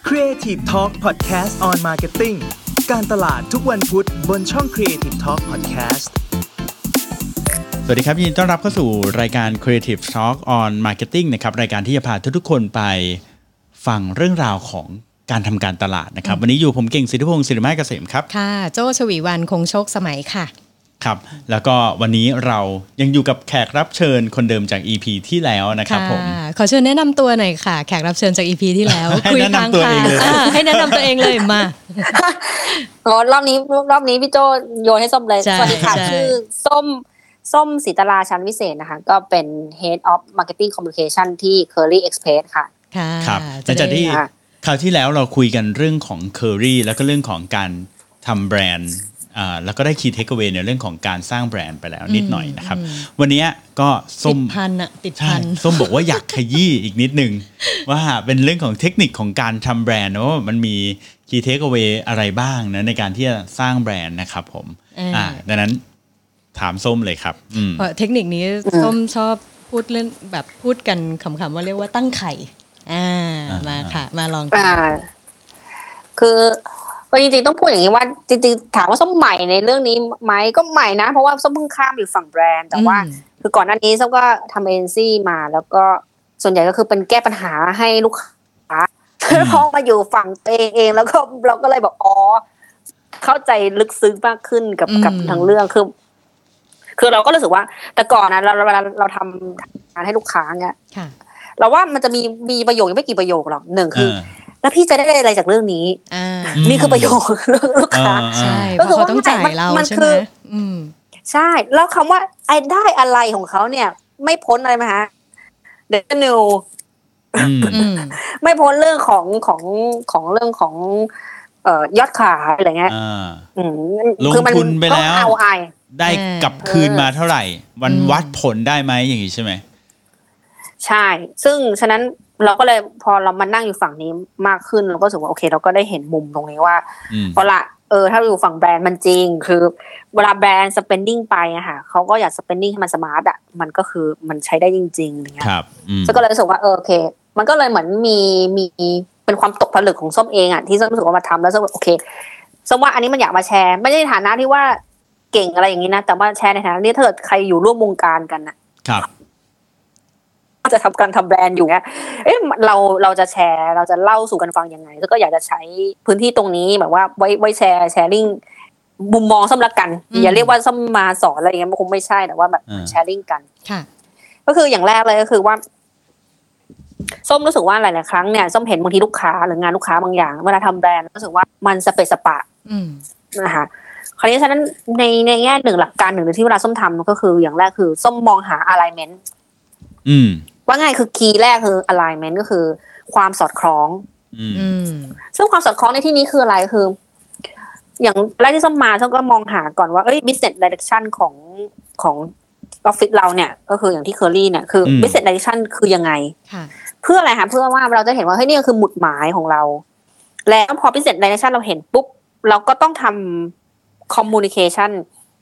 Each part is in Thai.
Creative Talk Podcast on Marketing การตลาดทุกวันพุธบนช่อง Creative Talk Podcast สวัสดีครับยินดีต้อนรับเข้าสู่รายการ Creative Talk on Marketing นะครับรายการที่จะพาทุกคนไปฟังเรื่องราวของการทำการตลาดนะครับวันนี้อยู่ผมเก่งสิทธิพงศ์ศิริมาศเกษมครับค่ะโจ้ชวีวรรณคงโชคสมัยค่ะครับแล้วก็วันนี้เรายังอยู่กับแขกรับเชิญคนเดิมจาก EP ที่แล้วนะครับผมขอเชิญแนะนำตัวหน่อยค่ะแขกรับเชิญจาก EP ที่แล้วคุยทางค่ะให้แนะนำตัวเองเลยมารอบนี้พี่โจโยนให้ส้มเลยสวัสดีค่ะชื่อส้มศิตราชั้นวิเศษนะคะก็เป็น Head of Marketing Communication ที่ Curry Express ค่ะครับหลังจากที่คราวที่แล้วเราคุยกันเรื่องของ Curry แล้วก็เรื่องของการทำแบรนด์แล้วก็ได้ Key Takeaway ในเรื่องของการสร้างแบรนด์ไปแล้วนิดหน่อยนะครับวันนี้ก็ส้มติดพันส้มบอกว่าอยากขยี้อีกนิดนึงว่าเป็นเรื่องของเทคนิคของการทำแบรนด์ว่ามันมี Key Takeaway อะไรบ้างนะในการที่จะสร้างแบรนด์นะครับผมดังนั้นถามส้มเลยครับเทคนิคนี้ส้มชอบพูดเล่นแบบพูดกันขำๆว่าเรียกว่าตั้งไข่มาค่ะมาลองคือจริงๆต้องพูดอย่างนี้ว่าจริงๆถามว่าส้มใหม่ในเรื่องนี้ไหมก็ใหม่นะเพราะว่าส้มเพิ่งข้ามอยู่ฝั่งแบรนด์แต่ว่าคือก่อนหน้านี้ส้มก็ทำเอเจนซี่มาแล้วก็ส่วนใหญ่ก็คือเป็นแก้ปัญหาให้ลูกค้าพอมาอยู่ฝั่งตัวเองแล้วก็เราก็เลยบอกเข้าใจลึกซึ้งมากขึ้นกับทางเรื่องคือเราก็รู้สึกว่าแต่ก่อนนะเราทำงานให้ลูกค้าเนี่ยเราว่ามันจะมีประโยคยังไม่กี่ประโยคหรอกหนึ่งคือแล้วพี่จะได้อะไรจากเรื่องนี้นี่คือประโยคลูกค้าใช่เพราะเขาต้องจ่ายเราใช่ไหมใช่แล้วคำว่าไอ้ได้อะไรของเขาเนี่ยไม่พ้นอะไรไหมฮะเดนิวไม่พ้นเรื่องของเรื่องของยอดขายอะไรเงี้ยลงทุนไปแล้วได้กลับคืนมาเท่าไหร่วันวัดผลได้ไหมอย่างนี้ใช่ไหมใช่ซึ่งฉะนั้นเราก็เลยพอเรามานั่งอยู่ฝั่งนี้มากขึ้นเราก็รู้สึกว่าโอเคเราก็ได้เห็นมุมตรงนี้ว่าเพราะละถ้าอยู่ฝั่งแบรนด์มันจริงคือเวลาแบรนด์ spending ไปอะค่ะเขาก็อยาก spending ให้มันสมาร์ทอะมันก็คือมันใช้ได้จริงๆอย่างเงี้ยครับก็เลยรู้สึกว่าโอเคมันก็เลยเหมือนมีเป็นความตกผลึกของส้มเองอะที่ส้มรู้สึกว่ามาทำแล้วส้มโอเคส้มว่าอันนี้มันอยากมาแชร์ไม่ใช่ในฐานะที่ว่าเก่งอะไรอย่างนี้นะแต่ว่าแชร์ในฐานะที่ถ้าเกิดใครอยู่ร่วมวงการกันนะครับจะทำการทำแบรนด์อยู่เงี้ยเราจะแชร์เราจะเล่าสู่กันฟังยังไงก็อยากจะใช้พื้นที่ตรงนี้แบบว่าไว้แชร์ลิงมุมมองส้มละกันอย่าเรียกว่าส้มมาสอนอะไรอย่างเงี้ยมันคงไม่ใช่แต่ว่าแบบแชร์ลิงกันก็คืออย่างแรกเลยก็คือว่าส้มรู้สึกว่าหลายๆครั้งเนี่ยส้มเห็นบางทีลูกค้าหรืองานลูกค้าบางอย่างเวลาทำแบรนด์รู้สึกว่ามันสเปะสปะนะคะคราวนี้ฉะนั้นในแง่หนึ่งหลักการหนึ่งที่เวลาส้มทำก็คืออย่างแรกคือส้มมองหา alignmentว่าไงคือคีย์แรกคือ alignment ก็คือความสอดคล้องซึ่งความสอดคล้องในที่นี้คืออะไรคืออย่างแรกที่ส้มมาส้มก็มองหาก่อนว่าbusiness direction ของออฟฟิศเราเนี่ยก็คืออย่างที่เคอรี่เนี่ยคือ business direction คือยังไงเพื่ออะไรคะเพื่อว่าเราจะเห็นว่าเฮ้ยนี่คือหมุดหมายของเราแล้วพอ business direction เราเห็นปุ๊บเราก็ต้องทำ communication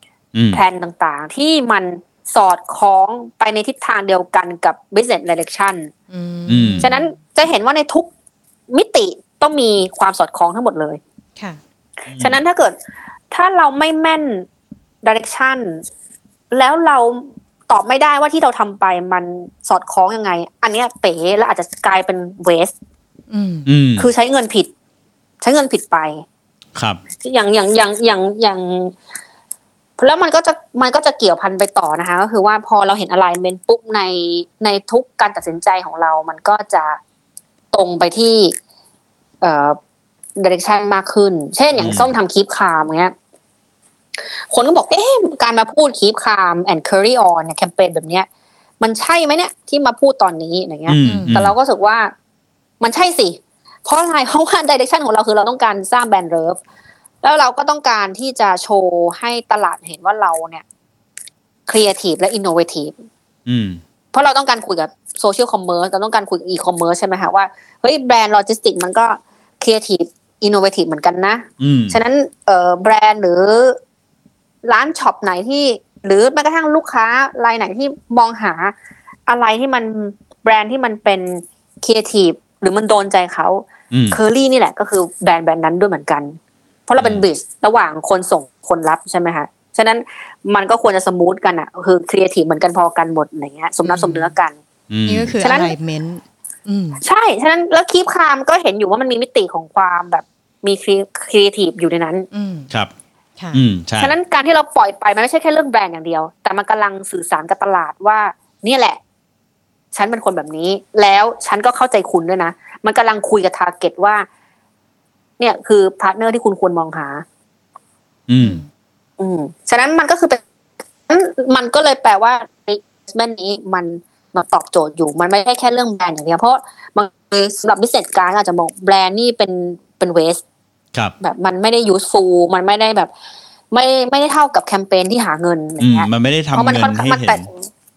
plan ต่างๆที่มันสอดคล้องไปในทิศทางเดียวกันกับ business direction ฉะนั้นจะเห็นว่าในทุกมิติต้องมีความสอดคล้องทั้งหมดเลยค่ะฉะนั้นถ้าเราไม่แม่น direction แล้วเราตอบไม่ได้ว่าที่เราทำไปมันสอดคล้องยังไงอันเนี้ยเป๋แล้วอาจจะกลายเป็น waste คือใช้เงินผิดไปครับอย่างแล้วมันก็จะเกี่ยวพันไปต่อนะคะก็คือว่าพอเราเห็น alignment ปุ๊บในทุกการตัดสินใจของเรามันก็จะตรงไปที่direction มากขึ้นเช่นอย่างส้มทำ keep calm เงี้ยคนก็บอกการมาพูด keep calm and carry on เนี่ยแคมเปญแบบเนี้ยมันใช่ไหมเนี่ยที่มาพูดตอนนี้อย่างเงี้ยแต่เราก็รู้สึกว่ามันใช่สิเพราะอะไรเพราะว่า direction ของเราคือเราต้องการสร้างแบรนด์เลิฟแล้วเราก็ต้องการที่จะโชว์ให้ตลาดเห็นว่าเราเนี่ยครีเอทีฟและอินโนเวทีฟเพราะเราต้องการคุยกับโซเชียลคอมเมอร์สเราต้องการคุยกับอีคอมเมิร์ซใช่ไหมคะว่าเฮ้ยแบรนด์โลจิสติกมันก็ครีเอทีฟอินโนเวทีฟเหมือนกันนะฉะนั้นแบรนด์หรือร้านช็อปไหนที่หรือแม้กระทั่งลูกค้ารายไหนที่มองหาอะไรที่มันแบรนด์ที่มันเป็นครีเอทีฟหรือมันโดนใจเขาเคอรี่นี่แหละก็คือแบรนด์นั้นด้วยเหมือนกันเพราะเราเป็นบริดจ์ระหว่างคนส่งคนรับใช่ไหมคะฉะนั้นมันก็ควรจะสมูทกันอ่ะคือครีเอทีฟเหมือนกันพอกันหมดอะไรเงี้ยสมน้ำสมเนื้อกันนี่ก็คือ alignment ใช่ฉะนั้นแล้วคีปคามก็เห็นอยู่ว่ามันมีมิติของความแบบมีครีเอทีฟอยู่ในนั้นครับใช่ฉะนั้นการที่เราปล่อยไปมันไม่ใช่แค่เรื่องแบรนด์อย่างเดียวแต่มันกำลังสื่อสารกับตลาดว่านี่แหละฉันเป็นคนแบบนี้แล้วฉันก็เข้าใจคุณด้วยนะมันกำลังคุยกับทาร์เก็ตว่าเนี่ยคือพาร์ทเนอร์ที่คุณควรมองหาฉะนั้นมันก็คือเป็นมันก็เลยแปลว่า investment นี้มันตอบโจทย์อยู่มันไม่ใช่แค่เรื่องแบรนด์อย่างเดียวเพราะมันสำหรับ business การอาจจะมองแบรนด์นี่เป็น waste แบบมันไม่ได้ useful มันไม่ได้แบบไม่ได้เท่ากับแคมเปญที่หาเงินอย่างเงี้ยมันไม่ได้ทำเงินให้เห็น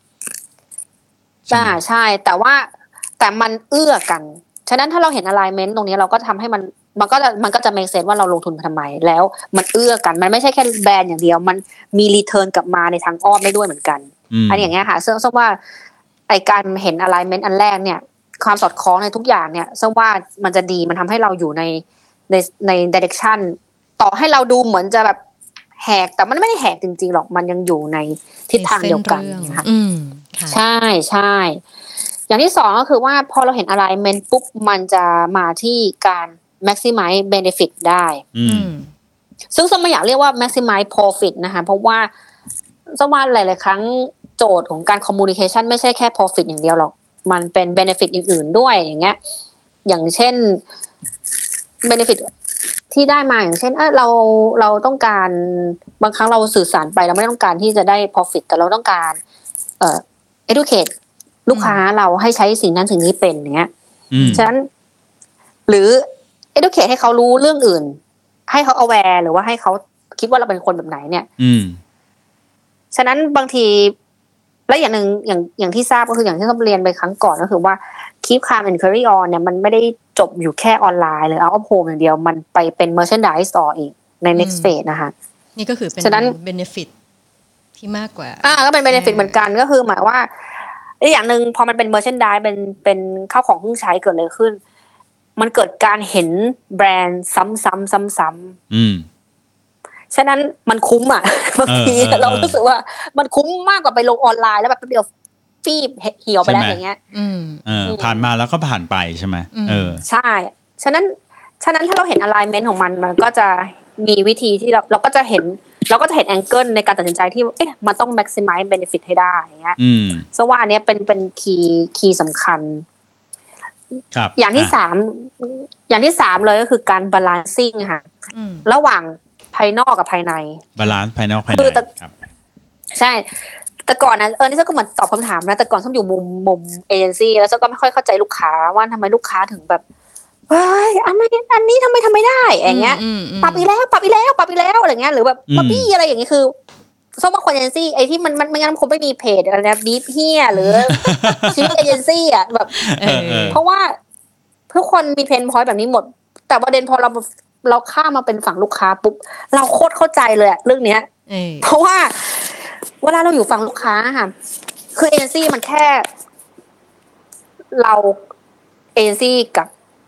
ใช่แต่มันเอื้อกันฉะนั้นถ้าเราเห็น alignment ตรงนี้เราก็ทำให้มันก็จะ make sense ว่าเราลงทุนทำไมแล้วมันเอื้อกันมันไม่ใช่แค่แบรนด์อย่างเดียวมันมี return กลับมาในทางอ้อมได้ด้วยเหมือนกันอันอย่างเงี้ยค่ะซึ่งว่าไอการเห็น alignment อันแรกเนี่ยความสอดคล้องในทุกอย่างเนี่ยซึ่งว่ามันจะดีมันทำให้เราอยู่ใน direction ต่อให้เราดูเหมือนจะแบบแหกแต่มันไม่ได้แหกจริงๆหรอกมันยังอยู่ในทิศทางเดียวกันค่ะใช่ใช่อย่างที่สองก็คือว่าพอเราเห็น alignment ปุ๊บมันจะมาที่การ maximize benefit ได้ซึ่งสมมติอยากเรียกว่า maximize profit นะคะเพราะว่าสมมติหลายๆครั้งโจทย์ของการ communication ไม่ใช่แค่ profit อย่างเดียวหรอกมันเป็น benefit อื่นๆด้วยอย่างเงี้ยอย่างเช่น benefit ที่ได้มาอย่างเช่นเราต้องการบางครั้งเราสื่อสารไปเราไม่ต้องการที่จะได้ profit แต่เราต้องการeducate ลูกค้าเราให้ใช้สิ่งนั้นสิ่งนี้เป็นอย่างเงี้ยฉะนั้นหรือ educate ให้เขารู้เรื่องอื่นให้เขา aware หรือว่าให้เขาคิดว่าเราเป็นคนแบบไหนเนี่ยฉะนั้นบางทีและอย่างหนึ่งอย่างที่ทราบก็คืออย่างที่เราเรียนไปครั้งก่อนก็คือว่า keep calm and carry on เนี่ยมันไม่ได้จบอยู่แค่ออนไลน์หรือ out of home อย่างเดียวมันไปเป็น merchandise ต่ออีกใน next phase นะคะนี่ก็คือเป็น benefit ที่มากกว่าก็เป็น benefit เหมือนกันก็คือหมายว่าอย่างหนึ่งพอมันเป็น merchandise เป็นข้าวของเครื่องใช้เกิดอะไรขึ้นมันเกิดการเห็นแบรนด์ซ้ำๆฉะนั้นมันคุ้มอ่ะบางทีเรารู้สึกว่ามันคุ้มมากกว่าไปลงออนไลน์แล้วแบบเดียวฟีบเหี่ยวไปแล้วอย่างเงี้ยผ่านมาแล้วก็ผ่านไปใช่ไหมใช่ฉะนั้นถ้าเราเห็น alignment ของมันก็จะมีวิธีที่เราก็จะเห็นแองเกิลในการตัดสินใจที่มันต้อง maximize benefit ให้ได้อย่างเงี้ยซึ่งว่าอันนี้เป็นคีย์สำคัญอย่างที่สามเลยก็คือการ balancing ค่ะระหว่างภายนอกกับภายใน balance ภายนอกภายในครับใช่แต่ก่อนนะนี่ก็เหมือนตอบคำถามนะแต่ก่อนฉันอยู่มุมเอเจนซี่แล้วฉันก็ไม่ค่อยเข้าใจลูกค้าว่าทำไมลูกค้าถึงแบบเฮ้ยอันนี้ทำไมได้อย่างเงี้ยปรับอีกแล้วอะไรเงี้ยหรือแบบป๊อปปี้อะไรอย่างเงี้ยคือส้มว่าคนเอเจนซี่ไอ้ที่มันไม่งั้นคงไม่มีเพจอะไรนะดีฟเฮียหรือชื่อเอเจนซี่อ่ะแบบเพราะว่าทุกคนมีเพนพอยต์แบบนี้หมดแต่ประเด็นพอเราข้ามมาเป็นฝั่งลูกค้าปุ๊บเราโคตรเข้าใจเลยอะเรื่องเนี้ยเพราะว่าเวลาเราอยู่ฝั่งลูกค้าค่ะคือเอเจนซี่มันแค่เราเอเจนซี่กับ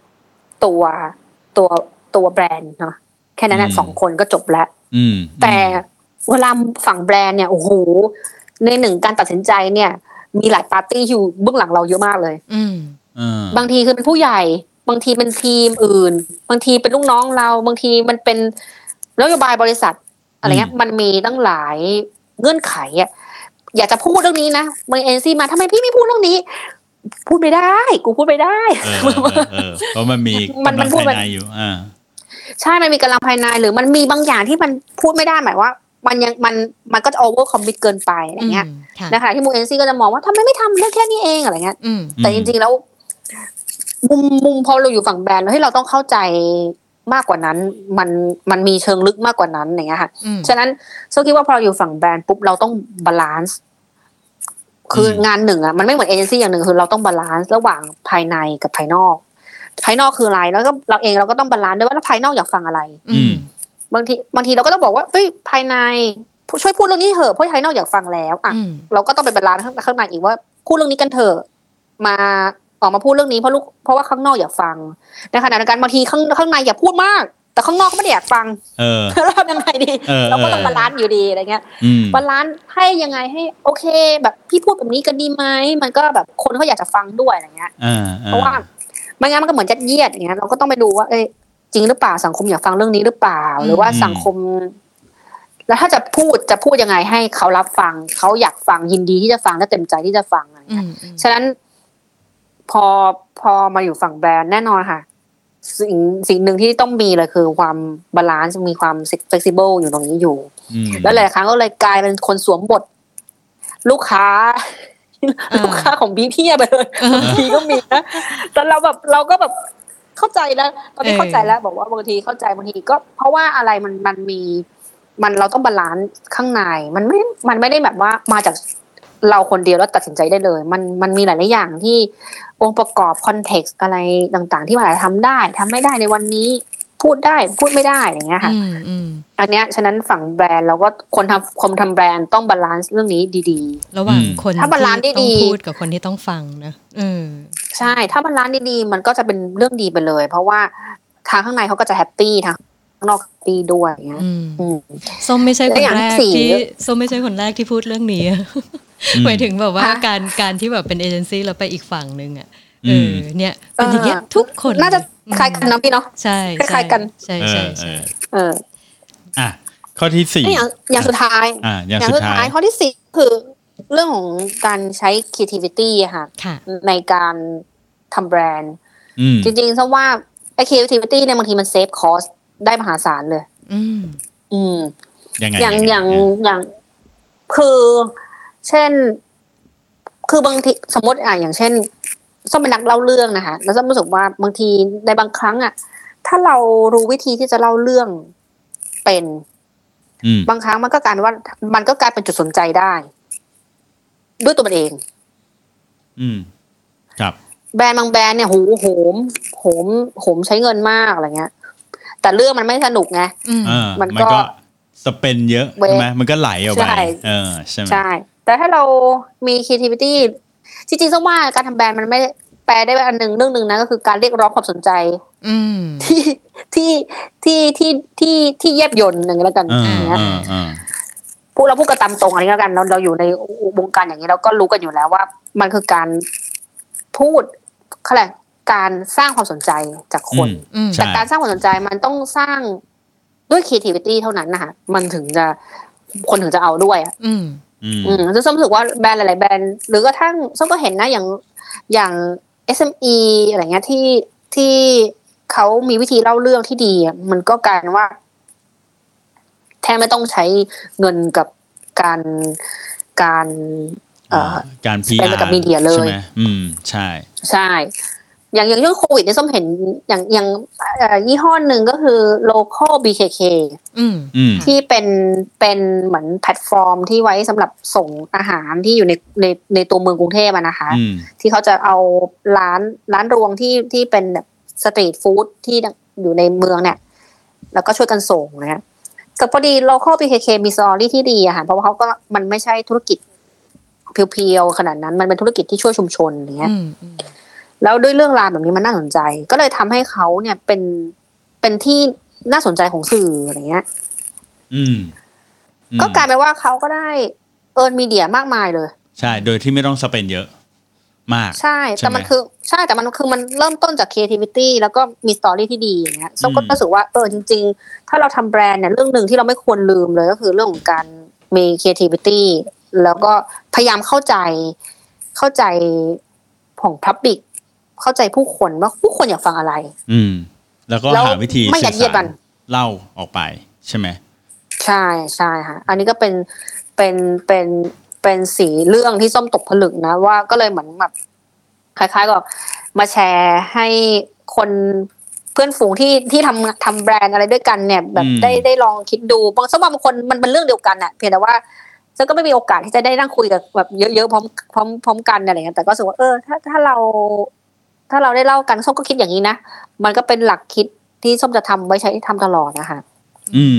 ตัวแบรนด์เนาะแค่นั้นนะ2 คนก็จบแล้วแต่เวลาฝั่งแบรนด์เนี่ยโอ้โหในหนึ่งการตัดสินใจเนี่ยมีหลายปาร์ตี้อยู่เบื้องหลังเราเยอะมากเลยบางทีคือเป็นผู้ใหญ่บางทีเป็นทีมอื่นบางทีเป็นลูกน้องเราบางทีมันเป็นนโยบายบริษัทอะไรเงี้ยมันมีตั้งหลายเงื่อนไขอ่ะอยากจะพูดเรื่องนี้นะบางเอเจนซี่มาทำไมพี่ไม่พูดเรื่องนี้พูดไม่ได้กูพูดไม่ได้เพราะมันมีกำลังภายในอยู่ใช่มันมีกำลังภายในหรือมันมีบางอย่างที่มันพูดไม่ได้หมายว่ามันก็จะ over commit เกินไปอะไรเงี้ยนะคะที่มูเอเจนซี่ก็จะมองว่าทำไมไม่ทำเรื่องแค่นี้เองอะไรเงี้ยแต่จริงๆแล้วมุมพอเราอยู่ฝั่งแบรนด์แล้วให้เราต้องเข้าใจมากกว่านั้นมันมีเชิงลึกมากกว่านั้นอย่างเงี้ยค่ะฉะนั้นโซคิดว่าพอเราอยู่ฝั่งแบรนด์ปุ๊บเราต้องบาลานซ์คืองานหนึ่งอ่ะมันไม่เหมือนเอเจนซี่อย่างหนึ่งคือเราต้องบาลานซ์ระหว่างภายในกับภายนอกคืออะไรแล้วก็เราก็ต้องบาลานซ์ด้วยว่าภายนอกอยากฟังอะไรบางทีเราก็ต้องบอกว่าเฮ้ยภายในช่วยพูดเรื่องนี้เถอะเพราะภายนอกอยากฟังแล้วอ่ะเราก็ต้องไปบาลานซ์ข้างในอีกว่าพูดเรื่องนี้กันเถอะมาออกมาพูดเรื่องนี้เพราะว่าข้างนอกอยากฟังในขณะเดียวกันบางทีข้างในอยากพูดมากแต่ข้างนอกก็ไม่ได้อยากฟังแล้วทำยังไงดีเราก็ต้องบาลานซ์อยู่ดีอะไรเงี้ยบาลานซ์ให้ยังไงให้โอเคแบบพี่พูดแบบนี้กันดีไหมมันก็แบบคนเขาอยากจะฟังด้วยอะไรเงี้ยเพราะว่าไม่งั้นมันก็เหมือนยัดเยียดอย่างเงี้ยเราก็ต้องไปดูว่าจริงหรือเปล่าสังคมอยากฟังเรื่องนี้หรือเปล่าหรือว่าสังคมแล้วถ้าจะพูดยังไงให้เขารับฟังเขาอยากฟังยินดีที่จะฟังและเต็มใจที่จะฟังอะไรเงี้ยฉะนั้นพอมาอยู่ฝั่งแบรนด์แน่นอนค่ะสิ่งหนึ่งที่ต้องมีเลยคือความบาลานซ์มีความเฟกซิเบิลอยู่ตรงนี้อยู่แล้วหลายครั้งก็เลยกลายเป็นคนสวมบทลูกค้าของพี่ไปเลยบางทีก็มีนะแต่เราก็แบบเข้าใจแล้วตอนนี้เข้าใจแล้วบอกว่าบางทีเข้าใจบางทีก็เพราะว่าอะไรมันมีเราต้องบาลานซ์ข้างในมันไม่ได้แบบว่ามาจากเราคนเดียวแล้วตัดสินใจได้เลยมันมีหลายๆอย่างที่องค์ประกอบคอนเท็กซ์อะไรต่างๆที่มันอาจจะทำได้ทำไม่ได้ในวันนี้พูดได้พูดไม่ได้อย่างเงี้ยค่ะอันเนี้ยฉะนั้นฝั่งแบรนด์เราก็คนทำแบรนด์ต้องบาลานซ์เรื่องนี้ดีๆระหว่างคนถ้าบาลานซ์ดีๆพูดกับคนที่ต้องฟังนะใช่ถ้าบาลานซ์ดีๆมันก็จะเป็นเรื่องดีไปเลยเพราะว่าทางข้างในเขาก็จะแฮปปี้ทางข้างนอกดีด้วยอย่างเงี้ยส้มไม่ใช่คนแรกที่พูดเรื่องนี้หมายถึงแบบว่าการที่แบบเป็นเอเจนซี่แล้วไปอีกฝั่งนึงอ่ะเนี่ยเป็นอย่างเงี้ยทุกคนน่าจะคล้ายกันนะพี่เนาะใช่คล้ายกันใช่ข้อที่4 อย่างสุดท้ายข้อที่4คือเรื่องของการใช้ creativity ค่ะในการทำแบรนด์จริงๆซะว่าไอ้ creativity เนี่ยบางทีมันเซฟคอสได้มหาศาลเลยอย่างคือเช่นคือบางทีสมมติอย่างเช่นส้มเป็นนักเล่าเรื่องนะคะแล้วส้มรู้สึกว่าบางทีในบางครั้งถ้าเรารู้วิธีที่จะเล่าเรื่องเป็นบางครั้งมันก็กลายเป็นจุดสนใจได้ด้วยตัวมันเองครับแบรนด์บางแบรนด์เนี่ยโหมใช้เงินมากอะไรเงี้ยแต่เรื่องมันไม่สนุกไงมันก็สเปนเยอะใช่ไหมมันก็ไหลออกไปใช่ไหมใช่แต่ถ้าเรามี creativity จริงๆซะว่าการทำแบรนด์มันไม่แปลได้เรื่องนึงนะก็คือการเรียกร้องความสนใจที่เย็บยนอย่างนี้แล้วกันอย่างเงี้ยเราพูดกันตามตรงอะไรแล้วกันเราอยู่ในวงการอย่างนี้เราก็รู้กันอยู่แล้วว่ามันคือการพูดอะไรการสร้างความสนใจจากคนแต่การสร้างความสนใจมันต้องสร้างด้วย creativity เท่านั้นนะคะมันถึงจะคนถึงจะเอาด้วยส้มรู้สึกว่าแบรนด์หลายๆแบรนด์หรือกระทั่งส้มก็เห็นนะอย่าง SME อะไรเงี้ยที่เขามีวิธีเล่าเรื่องที่ดีมันก็กลายเป็นว่าแทบไม่ต้องใช้เงินกับการ PR กับมีเดียเลยใช่ไหมใช่อย่างช่วงโควิดเนี่ยส้มเห็นอย่างยี่ห้อหนึ่งก็คือ local BKK ที่เป็นเหมือนแพลตฟอร์มที่ไว้สำหรับส่งอาหารที่อยู่ในตัวเมืองกรุงเทพนะคะที่เขาจะเอาร้านรวงที่เป็นแบบสตรีทฟู้ดที่อยู่ในเมืองเนี่ยแล้วก็ช่วยกันส่งนะแต่พอดี local BKK มีสตอรี่ที่ดีอะค่ะเพราะว่าเขาก็มันไม่ใช่ธุรกิจเพียวๆขนาดนั้นมันเป็นธุรกิจที่ช่วยชุมชนอย่างเงี้ยแล้วด้วยเรื่องราวแบบนี้มันน่าสนใจก็เลยทำให้เขาเนี่ยเป็นที่น่าสนใจของสื่ออะไรเงี้ยก็กลายเป็นว่าเขาก็ได้มีเดียมากมายเลยใช่โดยที่ไม่ต้องสเปนเยอะมากใช่แต่มันคือมันเริ่มต้นจาก creativity แล้วก็มีสตอรี่ที่ดีอย่างเงี้ยส้มก็รู้สึกว่าจริงๆถ้าเราทำแบรนด์เนี่ยเรื่องนึงที่เราไม่ควรลืมเลยก็คือเรื่องของการมี creativity แล้วก็พยายามเข้าใจของ public เข้าใจผู้คนว่าผู้คนอยากฟังอะไรแล้วก็หาวิธีไม่ยัดเยียดมันเล่าออกไปใช่ไหมใช่ค่ะอันนี้ก็เป็นสีเรื่องที่ส้มตกผลึกนะว่าก็เลยเหมือนแบบคล้ายๆกับมาแชร์ให้คนเพื่อนฝูงที่ทำแบรนด์อะไรด้วยกันเนี่ยแบบได้ลองคิดดูบางบางคนมันเป็นเรื่องเดียวกันน่ะเพียงแต่ว่าฉันก็ไม่มีโอกาสที่จะได้นั่งคุยกับแบบเยอะๆพร้อมกันอะไรเงี้ยแต่ก็รู้สึกว่าถ้าเราได้เล่ากันส้มก็คิดอย่างนี้นะมันก็เป็นหลักคิดที่ส้มจะทำไว้ใช้ทำตลอดนะคะ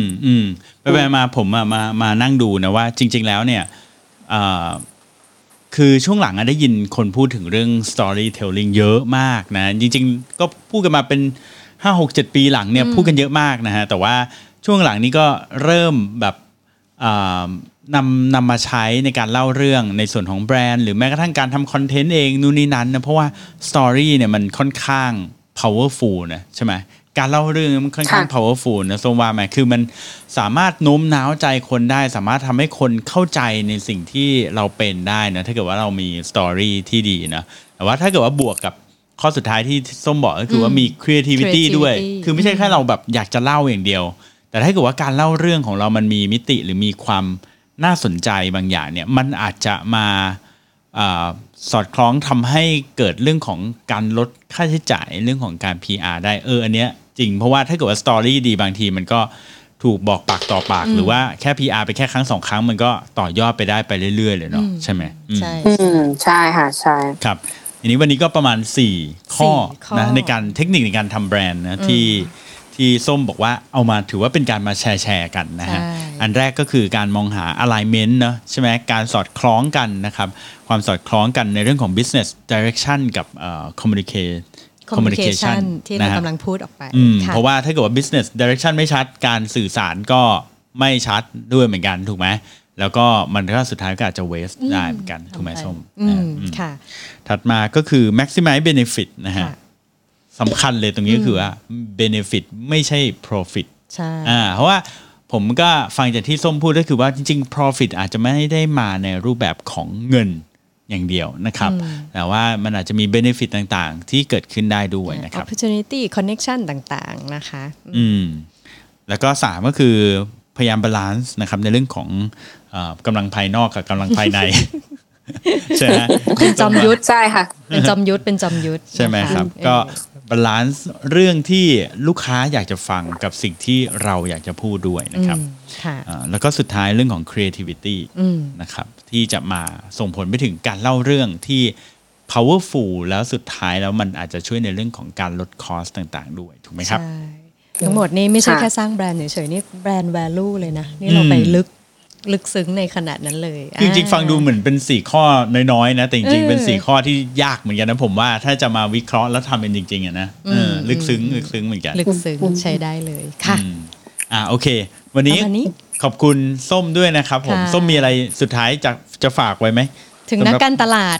ไปมาผมมานั่งดูนะว่าจริงๆแล้วเนี่ยคือช่วงหลังได้ยินคนพูดถึงเรื่อง storytelling เยอะมากนะจริงๆก็พูดกันมาเป็น 5-6-7 ปีหลังเนี่ยพูดกันเยอะมากนะฮะแต่ว่าช่วงหลังนี้ก็เริ่มแบบนำมาใช้ในการเล่าเรื่องในส่วนของแบรนด์หรือแม้กระทั่งการทำคอนเทนต์เองนู่นนี่นั้นนะเพราะว่าสตอรี่เนี่ยมันค่อนข้าง powerful นะใช่ไหมการเล่าเรื่องมันค่อนข้าง powerful นะโซว่าไหมคือมันสามารถโน้มน้าวใจคนได้สามารถทำให้คนเข้าใจในสิ่งที่เราเป็นได้นะถ้าเกิดว่าเรามีสตอรี่ที่ดีนะแต่ว่าถ้าเกิดว่าบวกกับข้อสุดท้ายที่ส้มบอกก็คือว่ามี creativity ด้วยคือไม่ใช่แค่เราแบบอยากจะเล่าอย่างเดียวแต่ถ้าเกิดว่าการเล่าเรื่องของเรามันมีมิติหรือมีความน่าสนใจบางอย่างเนี่ยมันอาจจะมาสอดคล้องทำให้เกิดเรื่องของการลดค่าใช้จ่ายเรื่องของการ PR ได้อันเนี้ยจริงเพราะว่าถ้าเกิดว่าสตอรี่ดีบางทีมันก็ถูกบอกปากต่อปากหรือว่าแค่ PR ไปแค่ครั้ง2ครั้งมันก็ต่อยอดไปได้ไปเรื่อยๆเลยเนาะใช่ไหมใช่ใช่ค่ะใช่ครับอันนี้วันนี้ก็ประมาณ4ข้อนะในการเทคนิคในการทำแบรนด์นะที่ส้มบอกว่าเอามาถือว่าเป็นการมาแชร์กันนะฮะอันแรกก็คือการมองหา alignment เนอะใช่ไหมการสอดคล้องกันนะครับความสอดคล้องกันในเรื่องของ business direction กับ communication ที่เรากำลังพูดออกไปเพราะว่าถ้าเกิดว่า business direction ไม่ชัดการสื่อสารก็ไม่ชัดด้วยเหมือนกันถูกไหมแล้วก็มันก็สุดท้ายก็อาจจะ waste ได้เหมือนกันถูกไหมส้มค่ะถัดมาก็คือ maximize benefit นะฮะสำคัญเลยตรงนี้ก็คือว่า benefit ไม่ใช่ profit ใช่เพราะว่าผมก็ฟังจากที่ส้มพูดก็คือว่าจริงๆ profit อาจจะไม่ได้มาในรูปแบบของเงินอย่างเดียวนะครับแต่ว่ามันอาจจะมี benefit ต่างๆที่เกิดขึ้นได้ด้วยนะครับ opportunity connection ต่างๆนะคะแล้วก็3ก็คือพยายามบาลานซ์นะครับในเรื่องของกำลังภายนอกกับกำลังภายในใช่ไหมเป็นจอมยุทธใช่ค่ะเป็นจอมยุทธใช่ไหมครับก็บาลานซ์เรื่องที่ลูกค้าอยากจะฟังกับสิ่งที่เราอยากจะพูดด้วยนะครับแล้วก็สุดท้ายเรื่องของ creativity นะครับที่จะมาส่งผลไปถึงการเล่าเรื่องที่ powerful แล้วสุดท้ายแล้วมันอาจจะช่วยในเรื่องของการลดคอสต่างๆด้วยถูกไหมครับทั้งหมดนี้ไม่ใช่แค่สร้างแบรนด์เฉยๆนี่แบรนด์ value เลยนะนี่เราไปลึกซึ้งในขนาดนั้นเลยจริงๆฟังดูเหมือนเป็น4ข้อน้อยๆนะแต่จริงๆเป็น4ข้อที่ยากเหมือนกันนะผมว่าถ้าจะมาวิเคราะห์แล้วทำเป็นจริงๆนะลึกซึ้งเหมือนกันลึกซึ้งใช้ได้เลยค่ะโอเควันนี้ขอบคุณส้มด้วยนะครับผมส้มมีอะไรสุดท้ายจะฝากไว้ไหมถึงนักการตลาด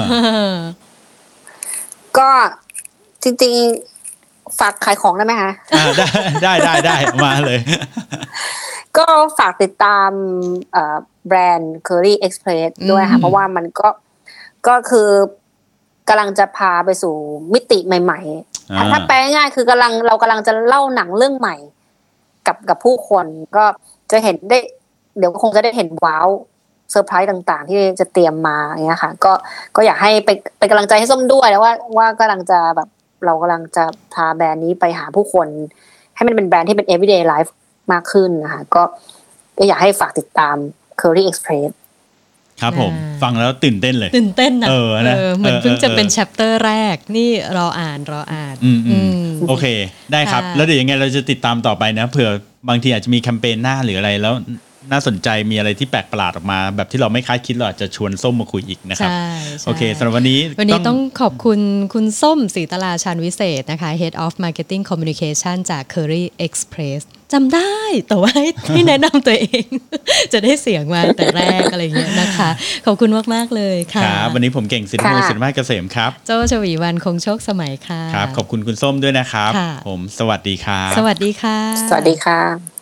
ก็จริงๆฝากขายของได้ไหมคะได้มาเลยก็ฝากติดตามแบรนด์ Curry Express ด้วยค่ะเพราะว่ามันก็คือกำลังจะพาไปสู่มิติใหม่ๆถ้าแปลง่ายคืเรากำลังจะเล่าหนังเรื่องใหม่กับผู้คนก็จะเห็นได้เดี๋ยวคงจะได้เห็นว้าวเซอร์ไพรส์ต่างๆที่จะเตรียมมาอย่างเงี้ยค่ะก็อยากให้ไปกำลังใจให้ส้มด้วยแล้วว่ากำลังจะแบบเรากำลังจะพาแบรนด์นี้ไปหาผู้คนให้มันเป็นแบรนด์ที่เป็น everyday lifeมากขึ้นนะคะก็อยากให้ฝากติดตาม Curry Express ครับผมฟังแล้วตื่นเต้นเลยตื่นเต้นนะเหมือนเพิ่งจะเป็นแชปเตอร์แรกนี่รออ่านโอเคได้ครับแล้วเดี๋ยวยังไงเราจะติดตามต่อไปนะเผื่อบางทีอาจจะมีแคมเปญหน้าหรืออะไรแล้วน่าสนใจมีอะไรที่แปลกประหลาดออกมาแบบที่เราไม่คาดคิดเราอาจจะชวนส้มมาคุยอีกนะครับโอเคสำหรับวันนี้ต้องขอบคุณส้มศรีตลาชาญวิเศษนะคะ Head of Marketing Communication จาก Curry Express จำได้แต่ว่าให้แนะนำตัวเอง จะได้เสียงมาแต่แรกอะไรเงี้ยนะคะขอบคุณมากๆเลยค่ะครับวันนี้ผมเก่งสิทธิพงศ์สินมาเกษมครับโจ้ชวีวรรณคงโชคสมัยค่ะครับขอบคุณคุณส้มด้วยนะครับผมสวัสดีครับสวัสดีค่ะสวัสดีค่ะ